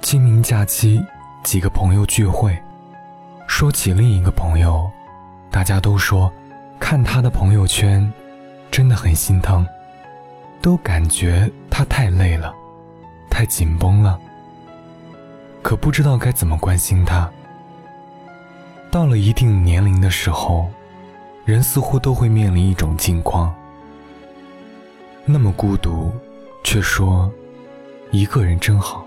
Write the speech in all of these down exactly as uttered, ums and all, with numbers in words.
清明假期，几个朋友聚会，说起另一个朋友，大家都说看他的朋友圈真的很心疼，都感觉他太累了，太紧绷了，可不知道该怎么关心他。到了一定年龄的时候，人似乎都会面临一种境况，那么孤独，却说一个人真好。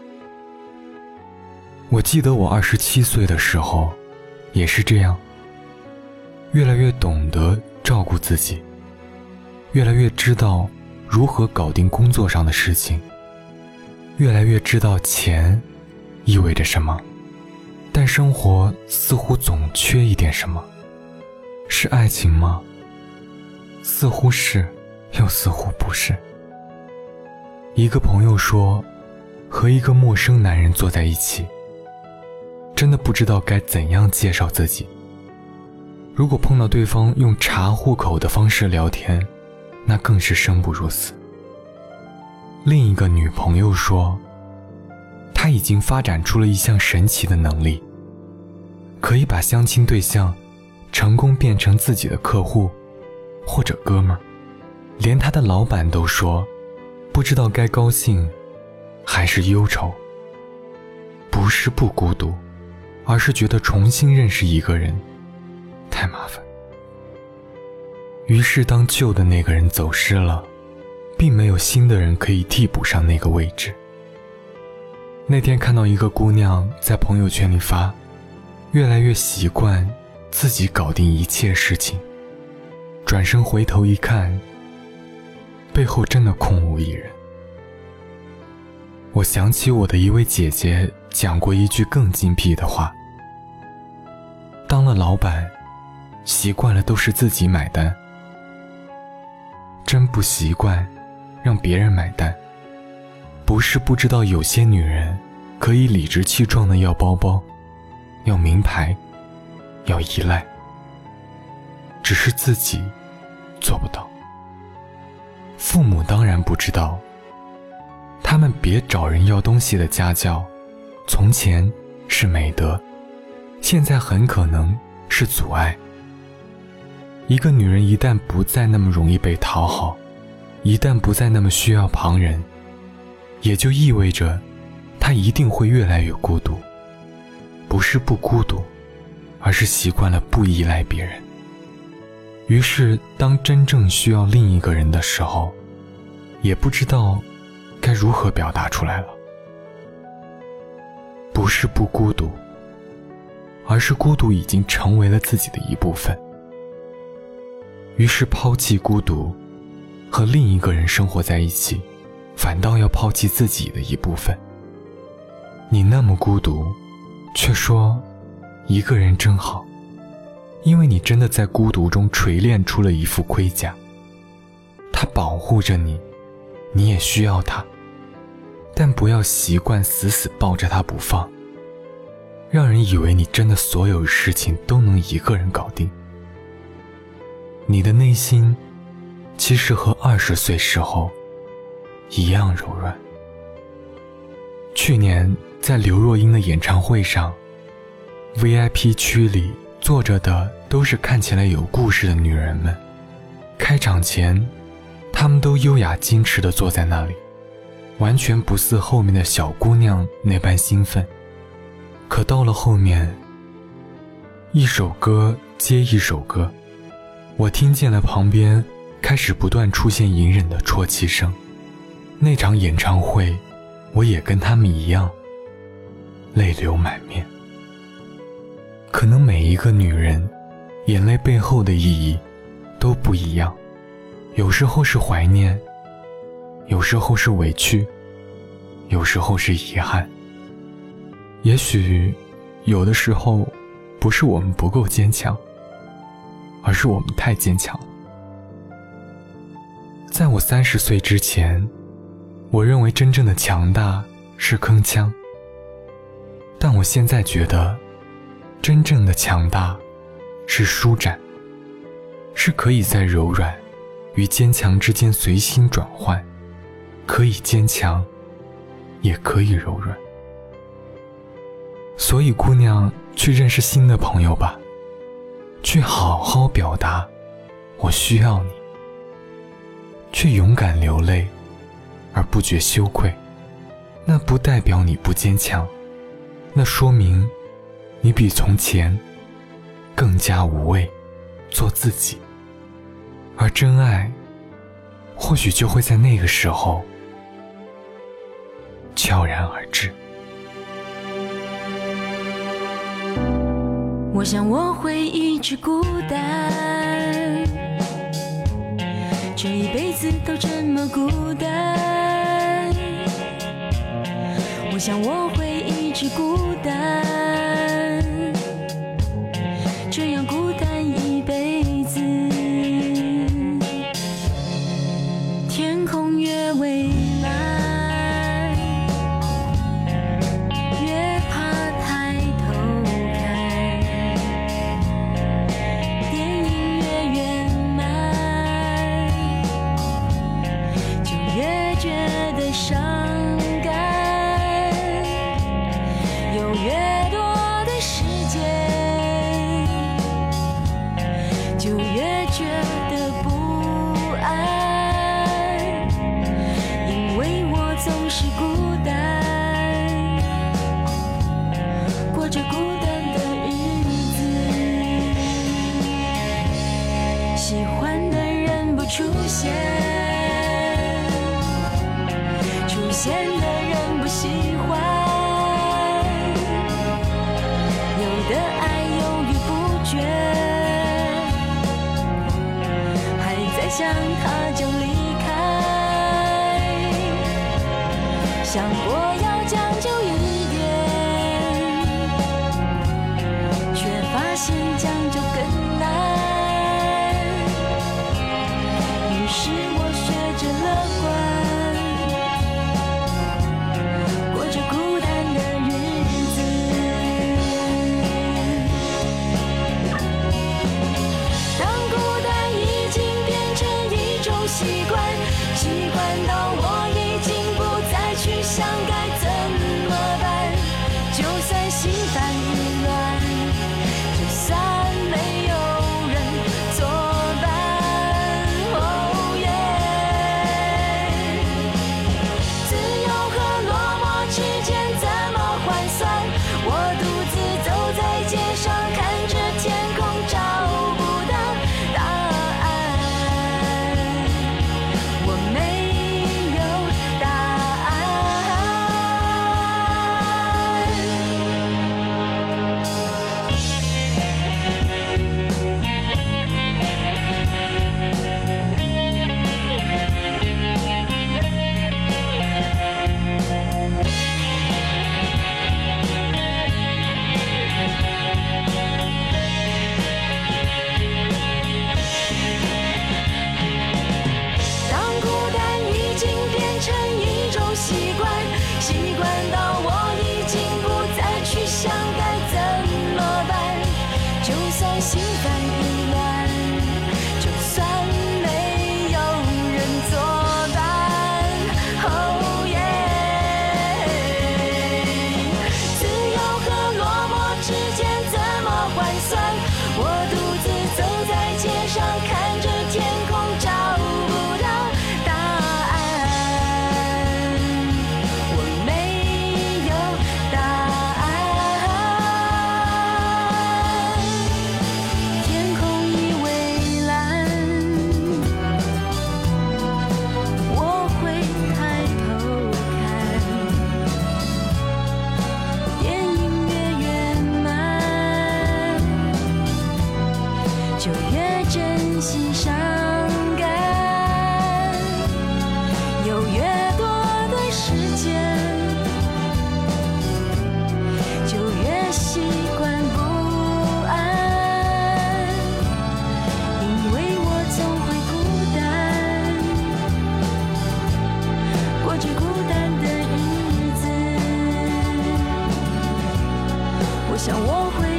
我记得我二十七岁的时候也是这样，越来越懂得照顾自己，越来越知道如何搞定工作上的事情，越来越知道钱意味着什么，但生活似乎总缺一点什么。是爱情吗？似乎是，又似乎不是。一个朋友说，和一个陌生男人坐在一起，真的不知道该怎样介绍自己。如果碰到对方用查户口的方式聊天，那更是生不如死。另一个女朋友说，她已经发展出了一项神奇的能力，可以把相亲对象成功变成自己的客户或者哥们儿，连她的老板都说不知道该高兴还是忧愁。不是不孤独，而是觉得重新认识一个人太麻烦。于是当旧的那个人走失了，并没有新的人可以替补上那个位置。那天看到一个姑娘在朋友圈里发，越来越习惯自己搞定一切事情，转身回头一看，背后真的空无一人。我想起我的一位姐姐讲过一句更精辟的话，当了老板，习惯了都是自己买单，真不习惯让别人买单。不是不知道有些女人可以理直气壮地要包包，要名牌，要依赖，只是自己做不到。父母当然不知道，他们别找人要东西的家教，从前是美德，现在很可能是阻碍。一个女人一旦不再那么容易被讨好，一旦不再那么需要旁人，也就意味着她一定会越来越孤独。不是不孤独，而是习惯了不依赖别人。于是当真正需要另一个人的时候，也不知道该如何表达出来了。不是不孤独，而是孤独已经成为了自己的一部分。于是抛弃孤独，和另一个人生活在一起，反倒要抛弃自己的一部分。你那么孤独，却说一个人真好，因为你真的在孤独中锤炼出了一副盔甲，它保护着你，你也需要它，但不要习惯死死抱着它不放，让人以为你真的所有事情都能一个人搞定。你的内心其实和二十岁时候一样柔软。去年在刘若英的演唱会上， V I P 区里坐着的都是看起来有故事的女人们。开场前，她们都优雅矜持地坐在那里，完全不似后面的小姑娘那般兴奋。可到了后面，一首歌接一首歌，我听见了旁边开始不断出现隐忍的啜泣声。那场演唱会，我也跟他们一样，泪流满面。可能每一个女人，眼泪背后的意义都不一样，有时候是怀念，有时候是委屈，有时候是遗憾。也许有的时候不是我们不够坚强，而是我们太坚强了。在我三十岁之前，我认为真正的强大是铿锵，但我现在觉得真正的强大是舒展，是可以在柔软与坚强之间随心转换，可以坚强也可以柔软。 所以姑娘，去认识新的朋友吧，去好好表达我需要你，去勇敢流泪而不觉羞愧。那不代表你不坚强，那说明你比从前更加无畏，做自己。而真爱或许就会在那个时候悄然而至。 我想我会一直孤单，这一辈子都这么孤单。我想我会一直孤单，这样孤单一辈子。天空越蔚蓝，越怕抬头看，电影越圆满，就越觉得伤感，有越多的时间，就越觉得不安。总是孤单，过着孤单的日子，喜欢的人不出现，出现的人不喜欢，有的爱犹豫不决，还在想他就离开。想过要将就一点，却发现将就更难。于是我学着乐观，过着孤单的日子。当孤单已经变成一种习惯，习惯到我已经不再去想该怎么办，就算心烦意乱，就算没有人作伴。哦耶！自由和落寞之间怎么换算？我独自走在街上，看着天空，找不到答案。我没有答案。当孤单已经变成一种习惯，习惯到我已经不再去想该怎么办，就算心烦意乱，就算没有人作伴。哦耶！自由和落寞之间怎么换算？我独自走在街上，看着天空，找不到答案。我没有答案。天空已蔚蓝，我会抬头看，电影越圆满，就越珍惜伤感，有越多的时间，就越习惯不安，因为我总会孤单，过着孤单的日子。我想我会